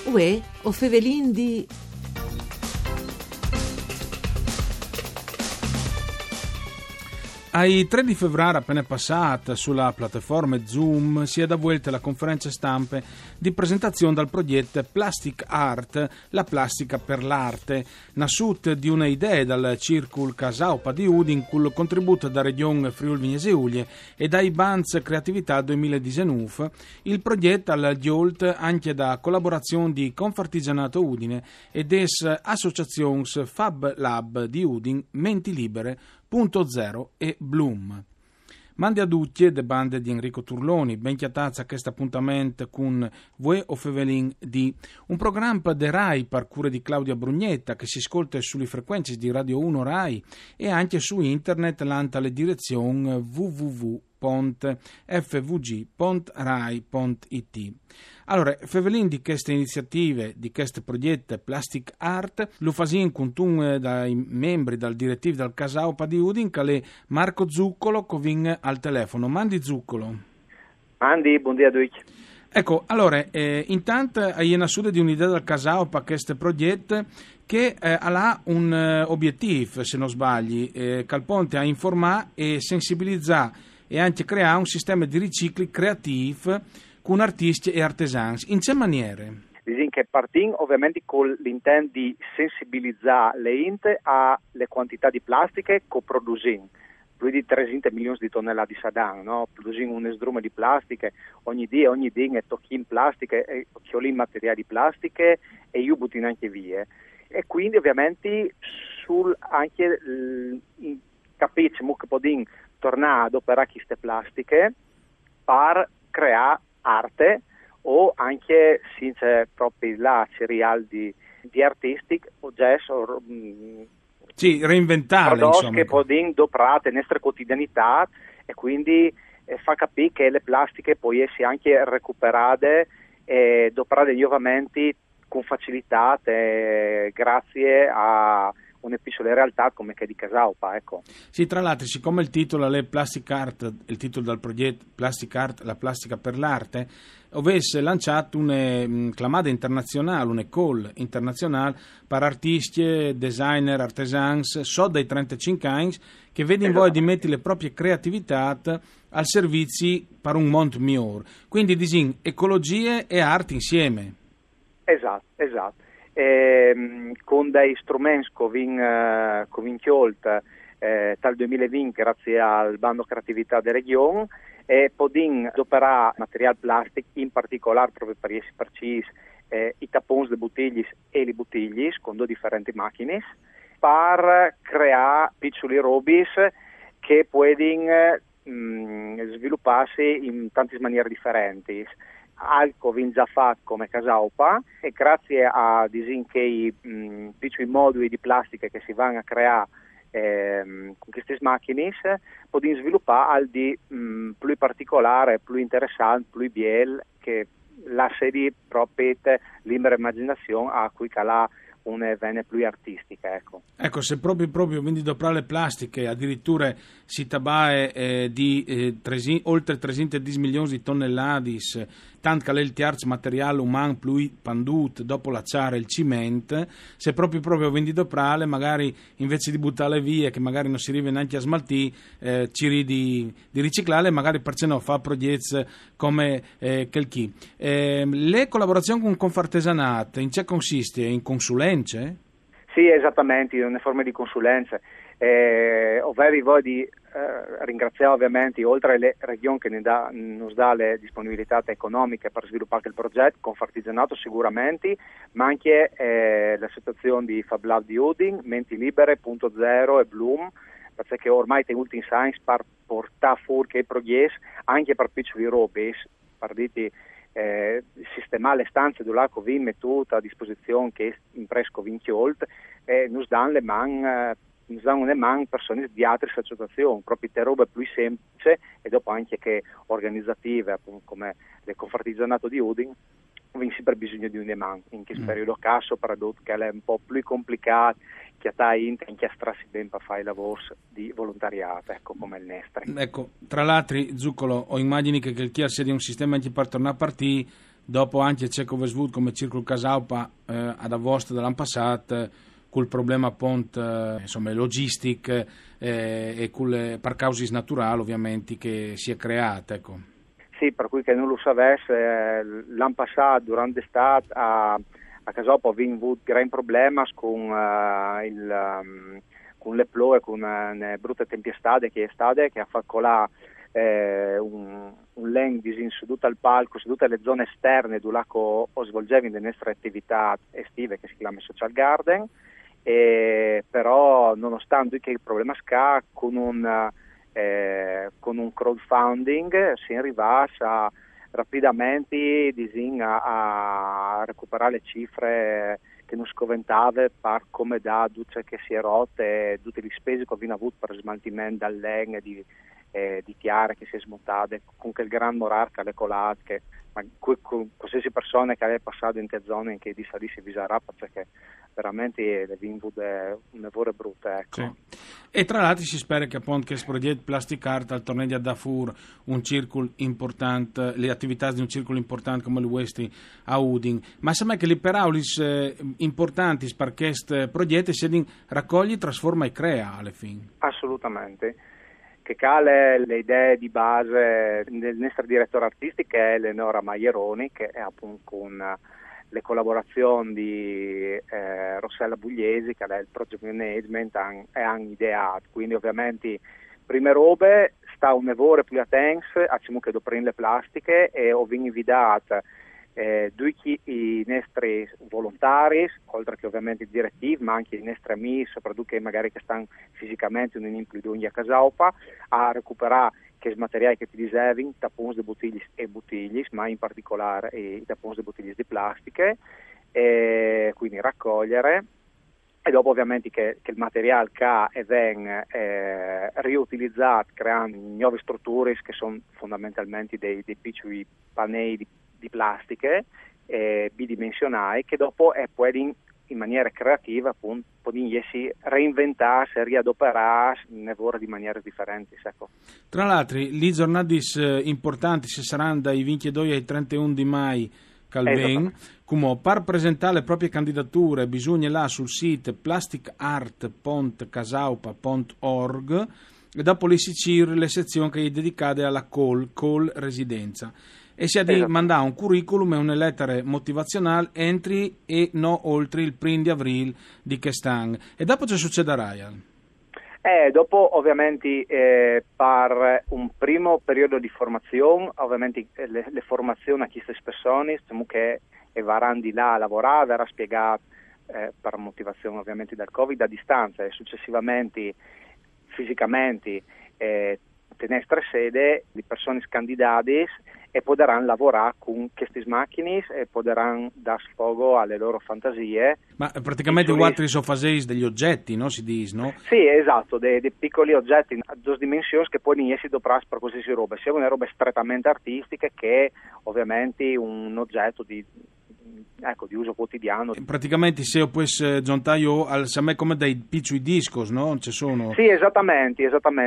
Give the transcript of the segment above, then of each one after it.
Uè, o Fevelin di... Ai 3 di febbraio appena passata sulla piattaforma Zoom si è da vuelta la conferenza stampa di presentazione del progetto Plastic Art, la plastica per l'arte, nasciuta di una idea dal Circul Casaupa di Udin con il contributo da Regione Friuli Venezia Giulia e dai Banz Creatività 2019. Il progetto ha giolt anche da collaborazione di Confartigianato Udine e des associazioni Fab Lab di Udin, Menti Libere, Punto Zero e Bloom. Mandi a tutti de bande di Enrico Turloni, ben chiatazza questo appuntamento con Vue o Fevelin di un programma de Rai per cura di Claudia Brugnetta che si ascolta sulle frequenze di Radio 1 Rai e anche su internet l'anta le direzioni www.fvg.rai.it. Allora, Fevelin di queste iniziative, di queste progetti Plastic Art, lo fasin con un dai membri dal direttivo del Casaupa di Udin, che è Marco Zuccolo, che viene al telefono. Mandi Zuccolo. Mandi, buongiorno a tutti. Ecco, allora, intanto hai una suda di un'idea del Casaupa, questo progetto, che ha un obiettivo, se non sbagli, che al ponte a informare e sensibilizzare e anche creare un sistema di ricicli creativo con artisti e artesani. In che maniere? Diciamo che partiamo ovviamente con l'intento di sensibilizzare le inte alle quantità di plastiche che produciamo. Più di 300 milioni di tonnellate di sadan, no? Produciamo un esdrume di plastiche, ogni dia e tocchiamo plastiche, e chioliamo materiali di plastiche e io butto anche via. E quindi ovviamente anche capisco che possiamo tornare ad operare queste plastiche per creare arte o anche senza proprio la serial di artisti o jazz o sì, reinventare prodotti che possono doprare la nostra quotidianità e quindi fa capire che le plastiche poi essere anche recuperate e doprate nuovamente con facilità grazie a una piccola realtà come che di Casaupa, ecco. Sì, tra l'altro, siccome il titolo è Plastic Art, il titolo del progetto Plastic Art, la plastica per l'arte, avesse lanciato una clamata internazionale, una call internazionale per artisti, designer, artesans, dai 35 anni, che vedono voi di mettere le proprie creatività al servizio per un mondo migliore. Quindi, disin, ecologia e arte insieme. Esatto. Con dei strumenti che vengono chiolti dal 2020 grazie al bando creatività della regione e possiamo operare materiale plastico, in particolare proprio per essere precisi i tapponi delle bottiglie e le bottiglie con due differenti macchine per creare piccoli robis che possono svilupparsi in tante maniere differenti. Alco viene già fatto come Casaupa e grazie a quei piccoli moduli di plastica che si vanno a creare con queste macchine possiamo sviluppare al di più particolare, più interessante, più bello che la serie proprio libera immaginazione a cui cala una vena più artistica, ecco. Ecco, se proprio quindi dopo le plastiche addirittura si tabae di oltre 310 milioni di tonnellate, tanto che è il terzo materiale umano più pandut dopo l'acciaio e il cemento, se proprio quindi dopo magari invece di buttarle via, che magari non si arriva neanche a smaltire, ci di riciclare, magari perché no fa progetti come quel chi. Le collaborazioni con Confartigianato, in che consiste? In consulenze? Sì, esattamente, in una forma di consulenze. Ovvero voi di ringraziare ovviamente, oltre alle regioni che nos dà le disponibilità economiche per sviluppare il progetto, Confartigianato sicuramente, ma anche l'associazione di Fab Lab di Udin, Menti Libere, Punto Zero e Bloom, perché ormai è ultimo science per portare fuori che progressi anche per piccoli robe, per dirti sistemare le stanze dell'arco vin mettuto a disposizione che è impresso vinchiolt e nos danno le man persone di altre associazioni, proprio te robe più semplici e dopo anche che organizzative appunto, come le Confartigianato di Udin avevano sempre bisogno di un man in questo periodo caso prodotto che è un po' più complicato che sta incastrarsi ben per fare i lavori di volontariato, ecco, come il nostro. Ecco, tra l'altro, Zuccolo, ho immagini che il chiar sia di un sistema anche per tornare a partire dopo anche c'è Covesvud come Circolo Casaupa ad agosto dell'anno passato, col problema appunto insomma logistic e per cause naturali ovviamente che si è creata, ecco. Sì, per cui che non lo sapesse, l'anno passato durante l'estate a Casopo ho avuto grandi problemi con le ploe, con le brutte tempestate che ha fatto colare un leng su tutto il palco, su tutte le zone esterne dove o svolgevi le nostre attività estive che si chiama Social Garden, però nonostante che il problema scà con un crowdfunding si arriva rapidamente a recuperare le cifre che non scoventava per come da tutte che si è rotte e tutte le spese che abbiamo avuto per smaltimento dal legno di tiare che si è smontate con quel gran morale che le colate che qualsiasi persona che aveva passato in che zone in che di salì si visarà perché veramente le vinvude un lavoro brutto, ecco. Sì. E tra l'altro si spera che appunto che il progetto Plastic Art al torneo di Darfur un circolo importante, le attività di un circolo importante come il Westi a Udin, ma sembra che le paraulis importanti per questo progetto si raccoglie, trasforma e crea alla fine. Assolutamente. Che cale le idee di base del nostro direttore artistico è Eleonora Maieroni, che è appunto con le collaborazioni di Rossella Bugliesi, che è il project management e hanno ideato. Quindi ovviamente prime robe sta un evore più attento a ciò che dopo le plastiche e ho invitato i nostri volontari, oltre che ovviamente i direttivi, ma anche i nostri amici, soprattutto che magari che stanno fisicamente in un'implidugna a Casaupa, a recuperare che materiali che ti dicevi, tappons di bottiglie e bottiglie, ma in particolare i tappons di bottiglie di plastiche, e quindi raccogliere. E dopo ovviamente che il materiale viene riutilizzato creando nuove strutture che sono fondamentalmente dei piccoli pannelli di plastiche bidimensionali che dopo puoi in maniera creativa appunto potersi reinventarsi e riadoperarsi di maniere differenti. Ecco. Tra l'altro, le giornate importanti si saranno dai 22 ai 31 di mai Calvin, come per presentare le proprie candidature bisogna là sul sito plasticart.casaupa.org e dopo le sezioni che è dedicate alla call residenza. E si ha di mandare un curriculum e una lettera motivazionale entri e no oltre il 1 di aprile di quest'anno. E dopo cosa succederà? Dopo ovviamente per un primo periodo di formazione, ovviamente le formazioni a queste persone che verranno di là a lavorare, verrà spiegato per motivazione ovviamente del Covid a distanza e successivamente fisicamente tenere sede di persone candidate e potranno lavorare con queste macchine e potranno dare sfogo alle loro fantasie. Ma praticamente altri sono fasi degli oggetti, no? Si dice, no? Sì, esatto, dei piccoli oggetti a due dimensioni che poi non si doprà per qualsiasi roba, sia una roba strettamente artistica che ovviamente un oggetto di uso quotidiano. Praticamente se poi giuntaio al me come dei piccoli discos, no? Ci sono. Sì, esattamente.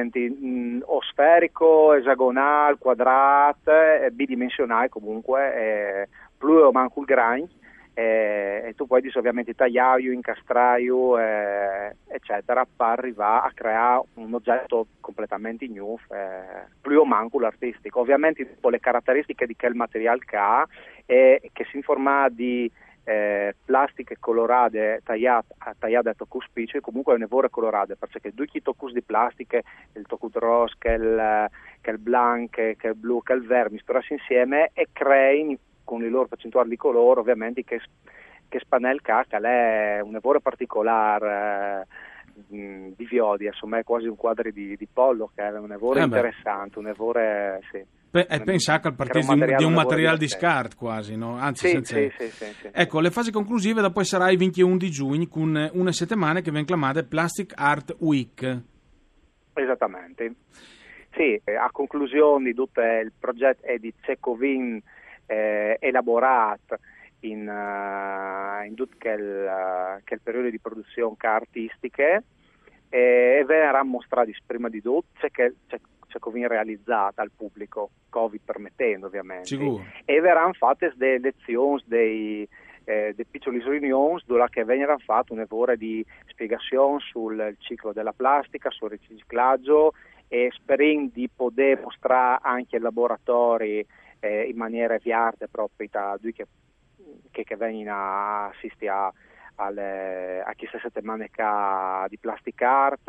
O sferico, esagonale, quadrato, bidimensionale comunque, più o manco il grain. E tu poi ovviamente tagliaio, incastraio, eccetera, per arrivare a creare un oggetto completamente nuovo, più o manco l'artistico. Ovviamente le caratteristiche di quel materiale che ha che si informa di plastiche colorate tagliate a tocus spiccio e comunque ne vorrei colorate perché due tocus di plastiche, il tocus rosso, che il blanc, che il blu, che il verde misturati insieme e crei con le loro percentuali di colore ovviamente che spanel cacca è un evore particolare di Viodi, insomma è quasi un quadro di pollo che è un evore interessante, un evore sì. Pensate al partito di un materiale di scarto quasi, no? Anzi, sì. Ecco, le fasi conclusive da poi sarà il 21 di giugno con una settimana che viene chiamata Plastic Art Week. Esattamente. Sì, a conclusione di tutto il progetto è di Cecovin elaborato in tutto che il periodo di produzione artistiche e verrà mostrato prima di tutto c'è covin realizzata al pubblico, Covid permettendo ovviamente. Sicuro. E verranno fatte delle lezioni, dei piccoli riunioni dove che vengono fatte un'ora di spiegazione sul ciclo della plastica, sul riciclaggio, e speriamo di poter mostrare anche ai laboratori in maniera viarte proprio da lui che vengono a assistere a queste settimane di Plastic Art,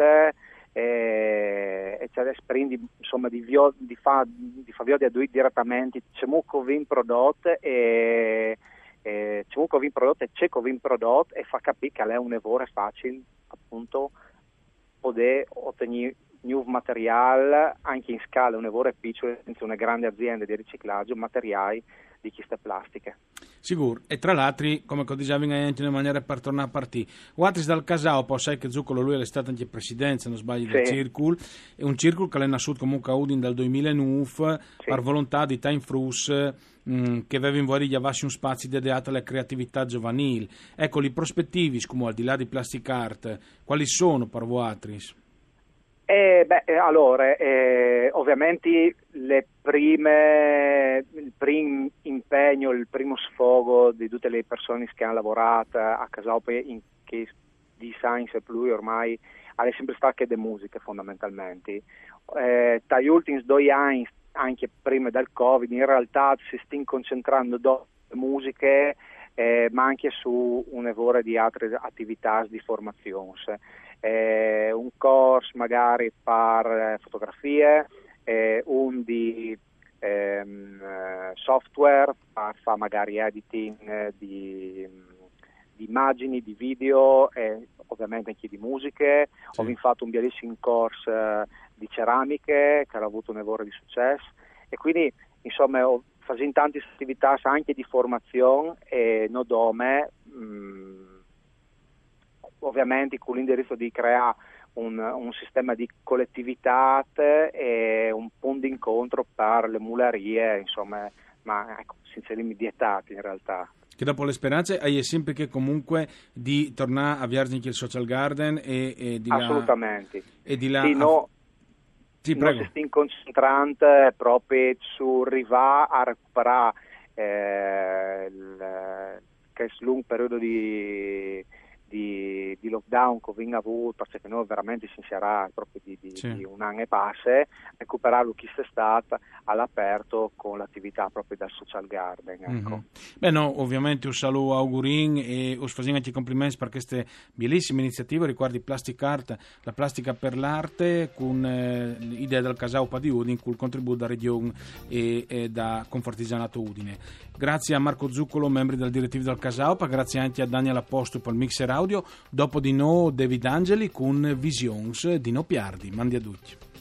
e cioè speriamo di fare a lui direttamente c'è molto vin prodotto e c'è covin prodotto e fa capire che è un lavoro facile appunto poter ottenere nuovo materiale anche in scala, un lavoro piccolo senza una grande azienda di riciclaggio materiali di queste plastiche. Sicuro, e tra l'altro, come dicevi anche in maniera per tornare a partire, Watris dal Casao, poi sai che Zuccolo lui è stato anche presidente, se non sbaglio, del Circul, è un Circul che è nato comunque a Udin dal 2009 per volontà di Time Frus, che aveva in voglia di avere un spazio dedicato alla creatività giovanile. Ecco, i prospettivi, come al di là di Plastic Art, quali sono per Watris? Allora, ovviamente il primo impegno, il primo sfogo di tutte le persone che hanno lavorato a Casao che di Science e Plui ormai è sempre stato che di musica fondamentalmente. Tra gli ultimi 2 anni, anche prima del Covid, in realtà si sta concentrando sulle musiche, ma anche su un lavoro di altre attività di formazione. Un corso magari per fotografie, un di software per fare magari editing di immagini, di video e ovviamente anche di musiche. Sì. Ho fatto un bellissimo corso di ceramiche che ha avuto un lavoro di successo e quindi insomma ho fatto tante attività anche di formazione e non dome ovviamente con l'indirizzo di creare un sistema di collettività e un punto d'incontro per le mulerie, insomma, ma ecco, senza limiti vietati in realtà. Che dopo le speranze hai sempre che comunque di tornare a viaggiare anche il Social Garden e di assolutamente. E di là sì, no, sì, prego. Noi si stiamo concentrando proprio su arrivare a recuperare il lungo periodo di lockdown che abbiamo avuto, perché noi veramente si sarà proprio di un anno e passe, recuperarlo chi sia stato all'aperto con l'attività proprio del Social Garden. Ecco. Mm-hmm. Beh no, ovviamente un saluto augurin e us facciamo anche complimenti per queste bellissime iniziative riguardo Plastic Art, la plastica per l'arte, con l'idea del Casao di Udine, con il contributo da Regione e da Confartigianato Udine. Grazie a Marco Zuccolo, membro del direttivo del Casao, grazie anche a Daniel Apposto per il mixer audio, dopo di noi David Angeli con Visions di No Piardi. Mandi a tutti.